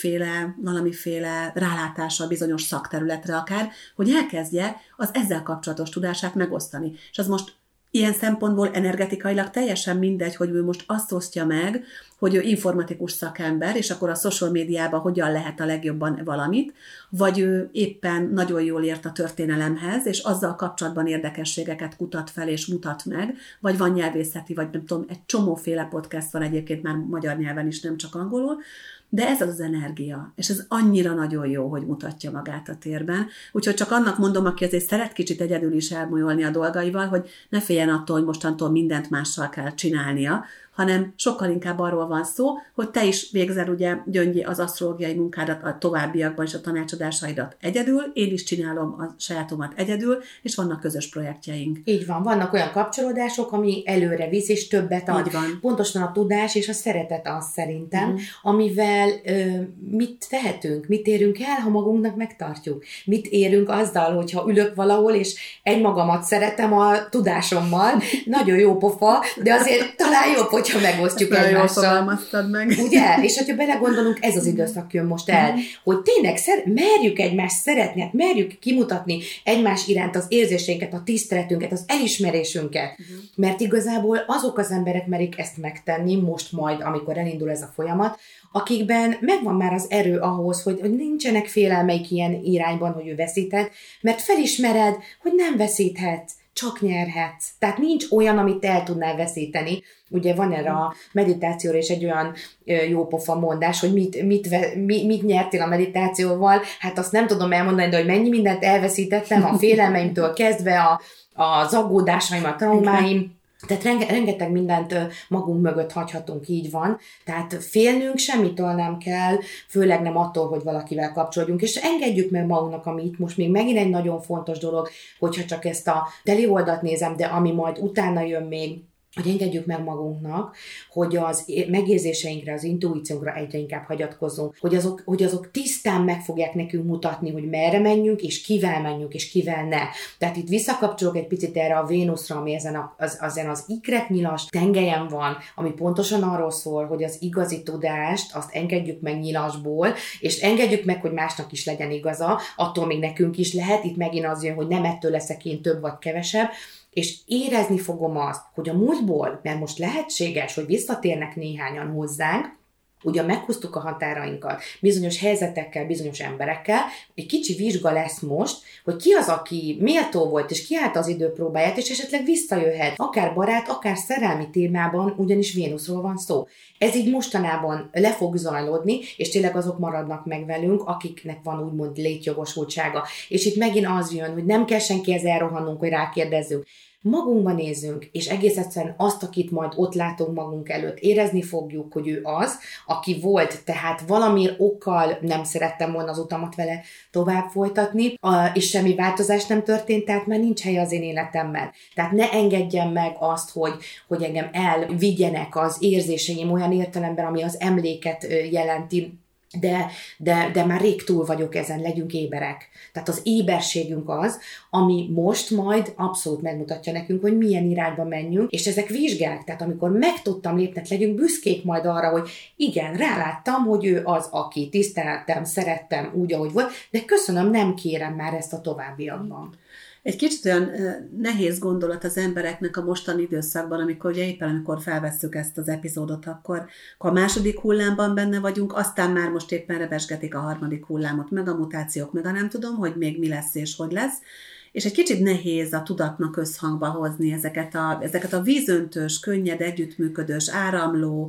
valamiféle rálátása bizonyos szakterületre akár, hogy elkezdje az ezzel kapcsolatos tudását megosztani. És az most ilyen szempontból energetikailag teljesen mindegy, hogy ő most azt osztja meg, hogy ő informatikus szakember, és akkor a social médiában hogyan lehet a legjobban valamit, vagy ő éppen nagyon jól ért a történelemhez, és azzal kapcsolatban érdekességeket kutat fel és mutat meg, vagy van nyelvészeti, vagy nem tudom, egy csomóféle podcast van egyébként már magyar nyelven is, nem csak angolul, de ez az energia, és ez annyira nagyon jó, hogy mutatja magát a térben. Úgyhogy csak annak mondom, aki azért szeret kicsit egyedül is elmolyolni a dolgaival, hogy ne féljen attól, hogy mostantól mindent mással kell csinálnia, hanem sokkal inkább arról van szó, hogy te is végzel ugye, Gyöngyi, az asztrológiai munkádat a továbbiakban és a tanácsadásaidat egyedül, én is csinálom a sajátomat egyedül, és vannak közös projektjeink. Így van, vannak olyan kapcsolódások, ami előre visz és többet ad. Pontosan a tudás és a szeretet az szerintem, amivel mit tehetünk, mit érünk el, ha magunknak megtartjuk. Mit érünk azzal, hogyha ülök valahol, és egymagamat szeretem a tudásommal, nagyon jó pofa, de azért talán jobb, hogyha megosztjuk egymással. Meg. Ugye? És hogyha belegondolunk, ez az időszak jön most el, hogy tényleg merjük egymást szeretni, merjük kimutatni egymás iránt az érzéseinket, a tiszteletünket, az elismerésünket. Mert igazából azok az emberek merik ezt megtenni most majd, amikor elindul ez a folyamat, akikben megvan már az erő ahhoz, hogy nincsenek félelmeik ilyen irányban, hogy ő veszíthet, mert felismered, hogy nem veszíthet. csak nyerhetsz. Tehát nincs olyan, amit el tudnál veszíteni. Ugye van erre a meditációra is egy olyan jópofa mondás, hogy mit nyertél a meditációval, hát azt nem tudom elmondani, de hogy mennyi mindent elveszítettem, a félelmeimtől kezdve, az aggódásaim, a traumáim, tehát rengeteg mindent magunk mögött hagyhatunk, így van. Tehát félnünk semmitől nem kell, főleg nem attól, hogy valakivel kapcsolódjunk, és engedjük meg magunknak, ami itt most még megint egy nagyon fontos dolog, hogyha csak ezt a teli oldalt nézem, de ami majd utána jön még, hogy engedjük meg magunknak, hogy az megérzéseinkre, az intuíciónkra egyre inkább hagyatkozzunk, hogy azok tisztán meg fogják nekünk mutatni, hogy merre menjünk, és kivel menjünk, és kivel ne. Tehát itt visszakapcsolok egy picit erre a Vénuszra, ami ezen az ikretnyilas tengelyen van, ami pontosan arról szól, hogy az igazi tudást azt engedjük meg nyilasból, és engedjük meg, hogy másnak is legyen igaza, attól még nekünk is lehet, itt megint az jön, hogy nem ettől leszek én több vagy kevesebb, és érezni fogom azt, hogy a múltból, mert most lehetséges, hogy visszatérnek néhányan hozzánk, ugyan meghúztuk a határainkat bizonyos helyzetekkel, bizonyos emberekkel, egy kicsi vizsga lesz most, hogy ki az, aki méltó volt, és kiállt az időpróbáját, és esetleg visszajöhet, akár barát, akár szerelmi témában, ugyanis Vénuszról van szó. Ez így mostanában le fog zajlódni, és tényleg azok maradnak meg velünk, akiknek van úgymond létjogosultsága. És itt megint az jön, hogy nem kell senkihez elrohannunk, hogy rákérdezzünk. Magunkba nézzünk, és egész egyszerűen azt, akit majd ott látunk magunk előtt, érezni fogjuk, hogy ő az, aki volt, tehát valami okkal nem szerettem volna az utamat vele tovább folytatni, és semmi változás nem történt, tehát már nincs helye az én életemben. Tehát ne engedjem meg azt, hogy engem elvigyenek az érzéseim olyan értelemben, ami az emléket jelenti, de már rég túl vagyok ezen, legyünk éberek. Tehát az éberségünk az, ami most majd abszolút megmutatja nekünk, hogy milyen irányba menjünk, és ezek vizsgák, tehát amikor meg tudtam lépni, legyünk büszkék majd arra, hogy igen, ráláttam, hogy ő az, aki tiszteltem, szerettem úgy, ahogy volt, de köszönöm, nem kérem már ezt a továbbiakban. Egy kicsit olyan nehéz gondolat az embereknek a mostani időszakban, amikor felvesszük ezt az epizódot, akkor a második hullámban benne vagyunk, aztán már most éppen rebesgetik a harmadik hullámot, meg a mutációk, meg a nem tudom, hogy még mi lesz és hogy lesz. És egy kicsit nehéz a tudatnak összhangba hozni ezeket a vízöntős, könnyed, együttműködős, áramló,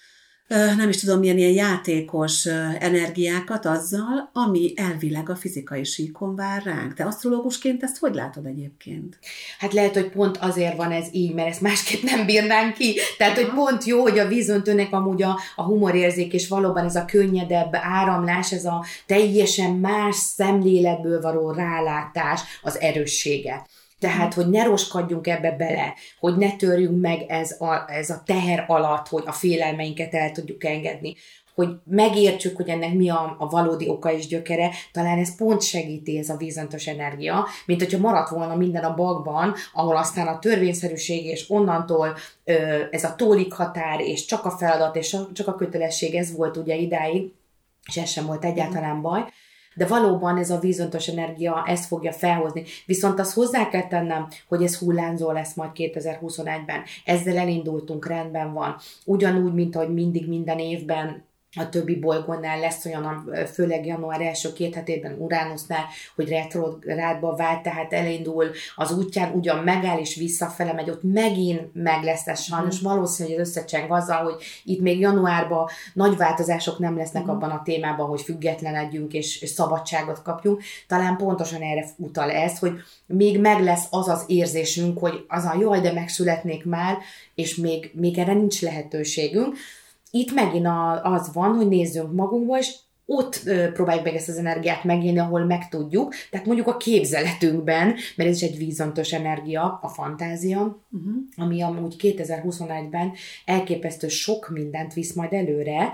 nem is tudom, milyen ilyen játékos energiákat azzal, ami elvileg a fizikai síkon vár ránk. Te asztrológusként ezt hogy látod egyébként? Hát lehet, hogy pont azért van ez így, mert ezt másképp nem bírnánk ki. Tehát, hogy pont jó, hogy a vízöntőnek amúgy a humorérzék, és valóban ez a könnyedebb áramlás, ez a teljesen más szemléletből való rálátás az erőssége. Tehát, hogy ne roskadjunk ebbe bele, hogy ne törjünk meg ez a teher alatt, hogy a félelmeinket el tudjuk engedni, hogy megértsük, hogy ennek mi a valódi oka és gyökere, talán ez pont segíti ez a vízöntős energia, mint hogyha maradt volna minden a bakban, ahol aztán a törvényszerűség, és onnantól ez a tólik határ, és csak a feladat, és csak a kötelesség, ez volt ugye idáig, és ez sem volt egyáltalán baj. De valóban ez a vízöntős energia ezt fogja felhozni. Viszont azt hozzá kell tennem, hogy ez hullámzó lesz majd 2021-ben. Ezzel elindultunk, rendben van. Ugyanúgy, mint ahogy mindig minden évben a többi bolygónál lesz olyan, főleg január első 2 hetében Uránusznál, hogy retrográdba vált, tehát elindul az útján, ugyan megáll és visszafele megy, ott megint meg lesz ez sajnos. Valószínű, hogy összecseng azzal, hogy itt még januárban nagy változások nem lesznek abban a témában, hogy függetlenedjünk és szabadságot kapjunk. Talán pontosan erre utal ez, hogy még meg lesz az az érzésünk, hogy az a jaj, de megszületnék már, és még erre nincs lehetőségünk. Itt megint az van, hogy nézzünk magunkba, és ott próbáljuk meg ezt az energiát megélni, ahol meg tudjuk. Tehát mondjuk a képzeletünkben, mert ez is egy vízöntős energia, a fantázia, ami amúgy 2021-ben elképesztő sok mindent visz majd előre,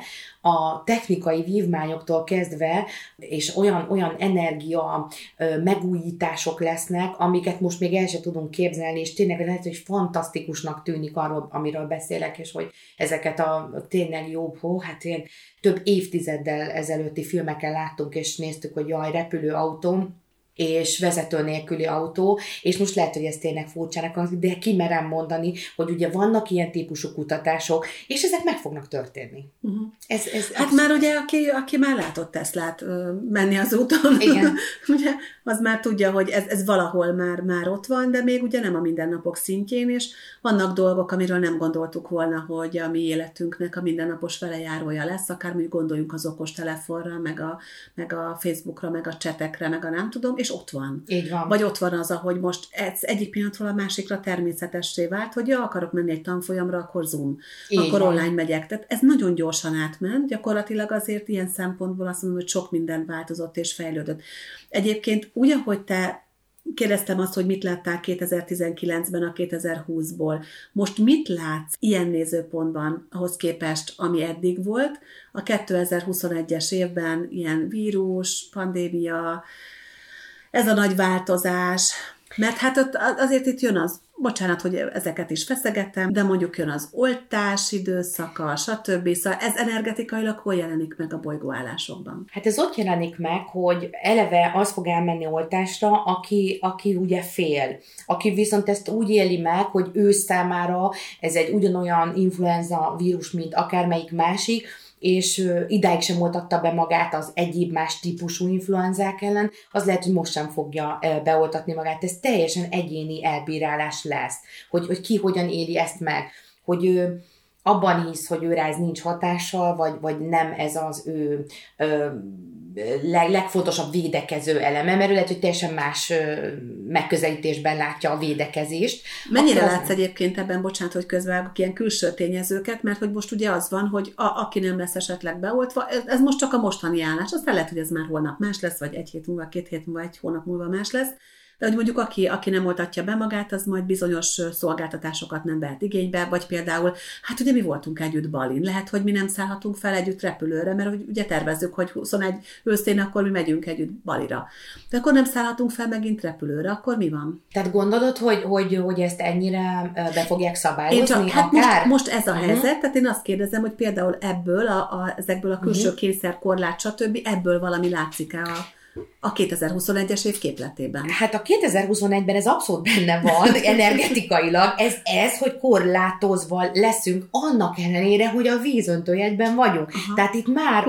a technikai vívmányoktól kezdve, és olyan energia megújítások lesznek, amiket most még el sem tudunk képzelni, és tényleg lehet, hogy fantasztikusnak tűnik arról, amiről beszélek, és hogy ezeket a tényleg hát ilyen több évtizeddel ezelőtti filmeken láttunk, és néztük, hogy jaj, repülőautó, és vezető nélküli autó, és most lehet, hogy ez tényleg furcsának hangzik, de kimerem mondani, hogy ugye vannak ilyen típusú kutatások, és ezek meg fognak történni. Hát már ugye, aki már látott Teslát menni az úton, igen. ugye, az már tudja, hogy ez valahol már ott van, de még ugye nem a mindennapok szintjén, és vannak dolgok, amiről nem gondoltuk volna, hogy a mi életünknek a mindennapos velejárója lesz, akár mondjuk gondoljunk az okostelefonra, meg a Facebookra, meg a csetekre, meg a nem tudom, és ott van. Így van. Vagy ott van az, ahogy most egyik pillanatról a másikra természetessé vált, hogy akarok menni egy tanfolyamra, akkor Zoom, akkor online megyek. Tehát ez nagyon gyorsan átment, gyakorlatilag azért ilyen szempontból azt mondom, hogy sok minden változott és fejlődött. Egyébként úgy, ahogy te kérdeztem azt, hogy mit láttál 2019-ben a 2020-ból. Most mit látsz ilyen nézőpontban ahhoz képest, ami eddig volt? A 2021-es évben ilyen vírus, pandémia, ez a nagy változás, mert hát azért itt jön az, bocsánat, hogy ezeket is feszegettem, de mondjuk jön az oltás időszaka, stb. Szóval ez energetikailag hol jelenik meg a bolygóállásokban? Hát ez ott jelenik meg, hogy eleve az fog elmenni oltásra, aki ugye fél. Aki viszont ezt úgy éli meg, hogy ő számára ez egy ugyanolyan influenza vírus, mint akármelyik másik, és idáig sem oltatta be magát az egyéb más típusú influenzák ellen, az lehet, hogy most sem fogja beoltatni magát. Ez teljesen egyéni elbírálás lesz, hogy ki hogyan éli ezt meg, hogy ő abban hisz, hogy őre ez nincs hatással, vagy nem ez az ő legfontosabb védekező eleme, mert ő lehet, hogy teljesen más megközelítésben látja a védekezést. Mennyire látsz egyébként ebben, bocsánat, hogy közvágok, ilyen külső tényezőket, mert hogy most ugye az van, hogy aki nem lesz esetleg beoltva, ez most csak a mostani állás, aztán lehet, hogy ez már holnap más lesz, vagy egy hét múlva, 2 hét múlva, 1 hónap múlva más lesz, de hogy mondjuk aki nem oltatja be magát, az majd bizonyos szolgáltatásokat nem vehet igénybe, vagy például, hát ugye mi voltunk együtt Balin, lehet, hogy mi nem szállhatunk fel együtt repülőre, mert ugye tervezzük, hogy 21 őszén akkor mi megyünk együtt Balira. De akkor nem szállhatunk fel megint repülőre, akkor mi van? Tehát gondolod, hogy ezt ennyire be fogják szabályozni? Most ez a helyzet, tehát én azt kérdezem, hogy például ebből, ezekből a külső kényszerkorlát, stb. Ebből valami látszik-e a 2021-es év képletében? Hát a 2021-ben ez abszolút benne van, energetikailag, ez, hogy korlátozva leszünk, annak ellenére, hogy a vízöntőjegyben vagyunk. Aha. Tehát itt már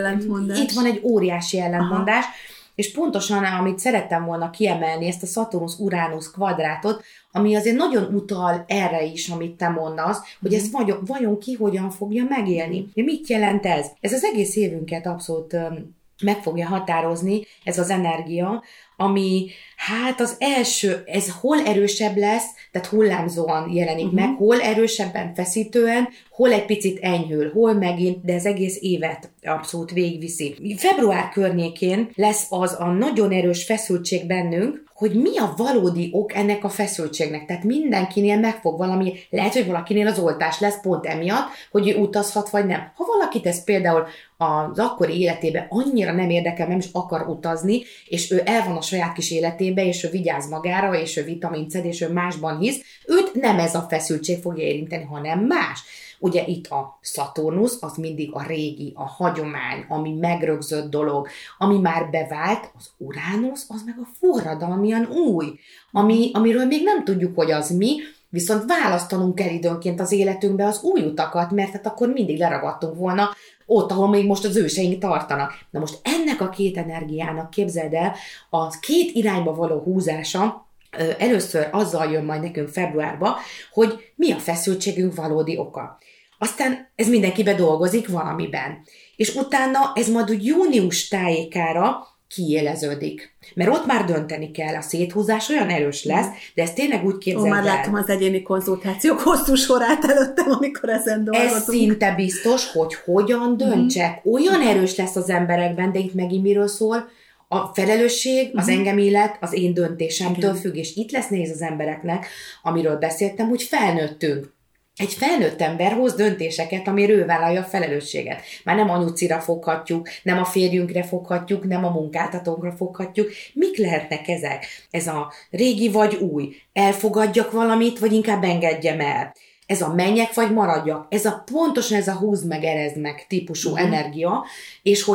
itt van egy óriási ellentmondás, és pontosan, amit szerettem volna kiemelni, ezt a Szaturnusz-Uránusz kvadrátot, ami azért nagyon utal erre is, amit te mondasz, hogy ezt vajon ki hogyan fogja megélni. Mit jelent ez? Ez az egész évünket abszolút meg fogja határozni, ez az energia, ami hát az első, ez hol erősebb lesz, tehát hullámzóan jelenik meg, hol erősebben feszítően, hol egy picit enyhül, hol megint, de az egész évet abszolút végigviszi. Február környékén lesz az a nagyon erős feszültség bennünk, hogy mi a valódi ok ennek a feszültségnek. Tehát mindenkinél megfog valami, lehet, hogy valakinél az oltás lesz pont emiatt, hogy ő utazhat, vagy nem. Ha valakit ez például az akkori életében annyira nem érdekel, nem is akar utazni, és ő el van a saját kis életébe, és ő vigyáz magára, és ő vitamint szed, és ő másban hisz, őt nem ez a feszültség fogja érinteni, hanem más. Ugye itt a Szaturnusz, az mindig a régi, a hagyomány, ami megrögzött dolog, ami már bevált, az Uránusz, az meg a forradalmian új, amiről még nem tudjuk, hogy az mi, viszont választanunk kell időnként az életünkbe az új utakat, mert hát akkor mindig leragadtunk volna ott, ahol még most az őseink tartanak. Na most ennek a két energiának, képzeld el, a két irányba való húzása először azzal jön majd nekünk februárba, hogy mi a feszültségünk valódi oka. Aztán ez mindenkibe dolgozik valamiben. És utána ez majd úgy június tájékára kiéleződik. Mert ott már dönteni kell, a széthúzás olyan erős lesz, de ez tényleg úgy képzeld el. Már láttam az egyéni konzultációk hosszú sorát előttem, amikor ezen dolgozunk. Ez szinte biztos, hogy hogyan döntsek. Olyan erős lesz az emberekben, de itt megint miről szól? A felelősség, az engem illet, az én döntésemtől függ, és itt lesz nehéz az embereknek, amiről beszéltem, hogy felnőttünk. Egy felnőtt ember hoz döntéseket, amiről ő vállalja a felelősséget. Már nem anyucira foghatjuk, nem a férjünkre foghatjuk, nem a munkáltatónkra foghatjuk. Mik lehetnek ezek? Ez a régi vagy új? Elfogadjak valamit, vagy inkább engedjem el? Ez a menjek, vagy maradjak? Pontosan ez a húzd meg, erezd meg típusú energia, és hogy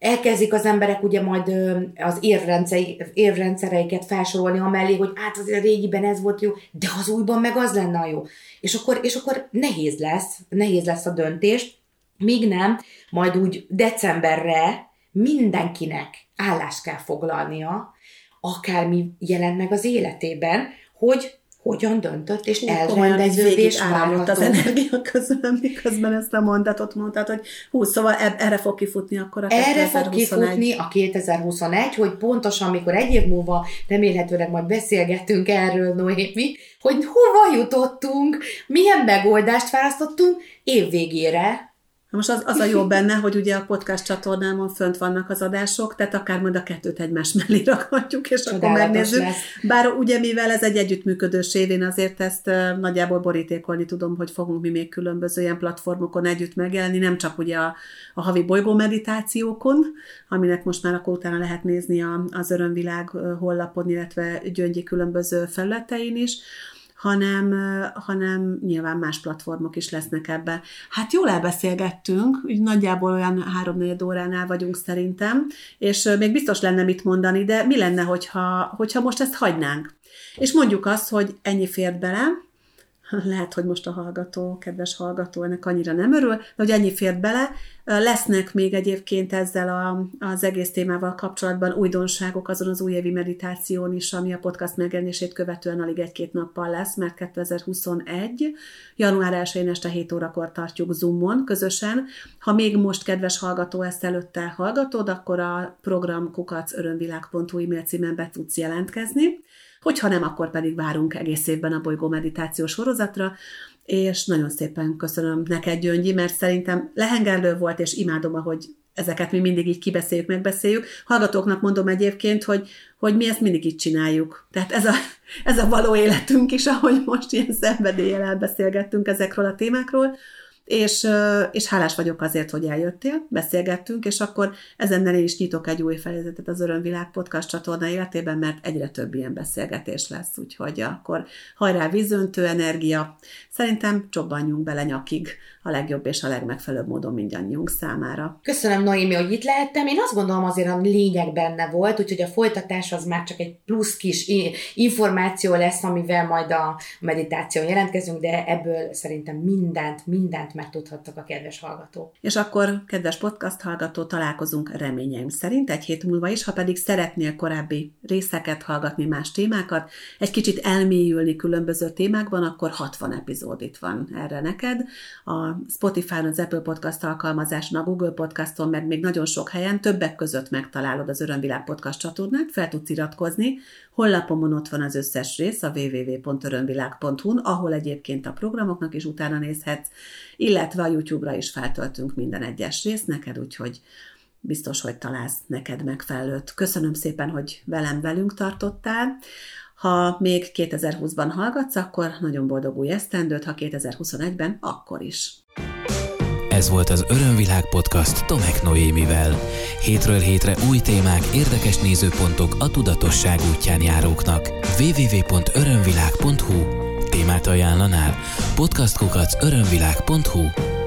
elkezdik az emberek ugye majd az érvrendszereiket felsorolni amellé, hogy hát azért a régiben ez volt jó, de az újban meg az lenne a jó. És akkor nehéz lesz a döntés, míg nem, majd úgy decemberre mindenkinek állást kell foglalnia, akármi jelent meg az életében, hogy hogyan döntött, és elrendeződés várható. Az energia közben, miközben ezt a mondatot mondtad, hogy szóval erre fog kifutni akkor a 2021. Erre fog kifutni a 2021, hogy pontosan, amikor egy év múlva remélhetőleg majd beszélgettünk erről, Noémi, hogy hova jutottunk, milyen megoldást választottunk évvégére. Most az a jó benne, hogy ugye a podcast csatornámon fönt vannak az adások, tehát akár majd a kettőt egymás mellé rakhatjuk, és csodálatos akkor megnézzük. lesz. Bár ugye mivel ez egy együttműködős év, én azért ezt nagyjából borítékolni tudom, hogy fogunk mi még különböző ilyen platformokon együtt megjelenni, nem csak ugye a havi bolygó meditációkon, aminek most már akkor utána lehet nézni az Örömvilág honlapon, illetve Gyöngyi különböző felületein is, hanem nyilván más platformok is lesznek ebben. Hát jól elbeszélgettünk, úgy nagyjából olyan 3-4 óránál vagyunk szerintem, és még biztos lenne mit mondani, de mi lenne, hogyha most ezt hagynánk? És mondjuk azt, hogy ennyi fért bele, lehet, hogy most a kedves hallgató ennek annyira nem örül, de hogy ennyi fért bele. Lesznek még egyébként ezzel az egész témával kapcsolatban újdonságok azon az újévi meditáción is, ami a podcast megjelenését követően alig 1-2 nappal lesz, mert 2021. január 1-én este 7 órakor tartjuk Zoomon közösen. Ha még most, kedves hallgató, ezt előtte hallgatod, akkor a program@örömvilág.hu e-mail címen be tudsz jelentkezni. Hogyha nem, akkor pedig várunk egész évben a bolygó meditáció sorozatra, és nagyon szépen köszönöm neked, Gyöngyi, mert szerintem lehengerlő volt, és imádom, ahogy ezeket mi mindig így kibeszéljük, megbeszéljük. Hallgatóknak mondom egyébként, hogy mi ezt mindig így csináljuk. Tehát ez a való életünk is, ahogy most ilyen szenvedéllyel elbeszélgettünk ezekről a témákról, és hálás vagyok azért, hogy eljöttél, beszélgettünk, és akkor ezennel én is nyitok egy új fejezetet az Örömvilág podcast csatorna életében, mert egyre több ilyen beszélgetés lesz, úgyhogy akkor hajrá vízöntő energia. Szerintem csobbanjunk bele nyakig a legjobb és a legmegfelelőbb módon mindannyiunk számára. Köszönöm, Noémi, hogy itt lehettem. Én azt gondolom azért a lényeg benne volt, úgyhogy a folytatás az már csak egy plusz kis információ lesz, amivel majd a meditáción jelentkezünk, de ebből szerintem mindent megtudhattak a kedves hallgatók. És akkor, kedves podcast hallgató, találkozunk reményeim szerint egy hét múlva is, ha pedig szeretnél korábbi részeket hallgatni, más témákat, egy kicsit elmélyülni különböző témákban, akkor 60 epizód itt van erre neked. A Spotify-on, az Apple Podcast alkalmazáson, a Google Podcaston, meg még nagyon sok helyen, többek között megtalálod az Örömvilág Podcast csatornát, fel tudsz iratkozni. Honlapomon ott van az összes rész, a www.örömvilág.hu-n, ahol egyébként a programoknak is utána nézhetsz, illetve a YouTube-ra is feltöltünk minden egyes részt neked, úgyhogy biztos, hogy találsz neked megfelelőt. Köszönöm szépen, hogy velünk tartottál. Ha még 2020-ban hallgatsz, akkor nagyon boldog új esztendőt, ha 2021-ben, akkor is. Ez volt az Örömvilág podcast Tomek Noémivel. Hétről hétre új témák, érdekes nézőpontok a tudatosság útján járóknak. www.örömvilág.hu. Témát ajánlanál? podcast@örömvilág.hu.